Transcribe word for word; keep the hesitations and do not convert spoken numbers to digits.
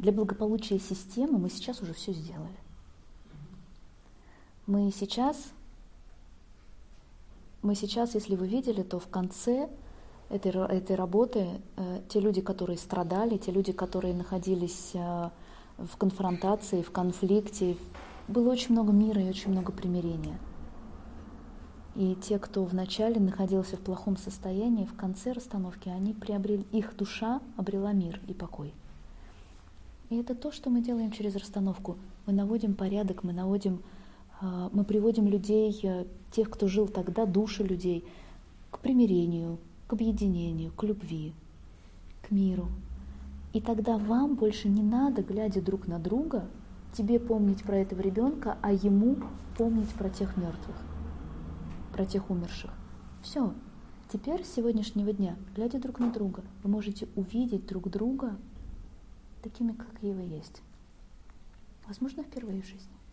Для благополучия системы мы сейчас уже все сделали. Мы сейчас, мы сейчас, если вы видели, то в конце этой, этой работы э, те люди, которые страдали, те люди, которые находились э, в конфронтации, в конфликте, было очень много мира и очень много примирения. И те, кто вначале находился в плохом состоянии, в конце расстановки, они приобрели, их душа обрела мир и покой. И это то, что мы делаем через расстановку. Мы наводим порядок, мы наводим, мы приводим людей, тех, кто жил тогда, души людей, к примирению, к объединению, к любви, к миру. И тогда вам больше не надо, глядя друг на друга, тебе помнить про этого ребенка, а ему помнить про тех мертвых, про тех умерших. Все. Теперь с сегодняшнего дня, глядя друг на друга, вы можете увидеть друг друга такими, какие вы есть. Возможно, впервые в жизни.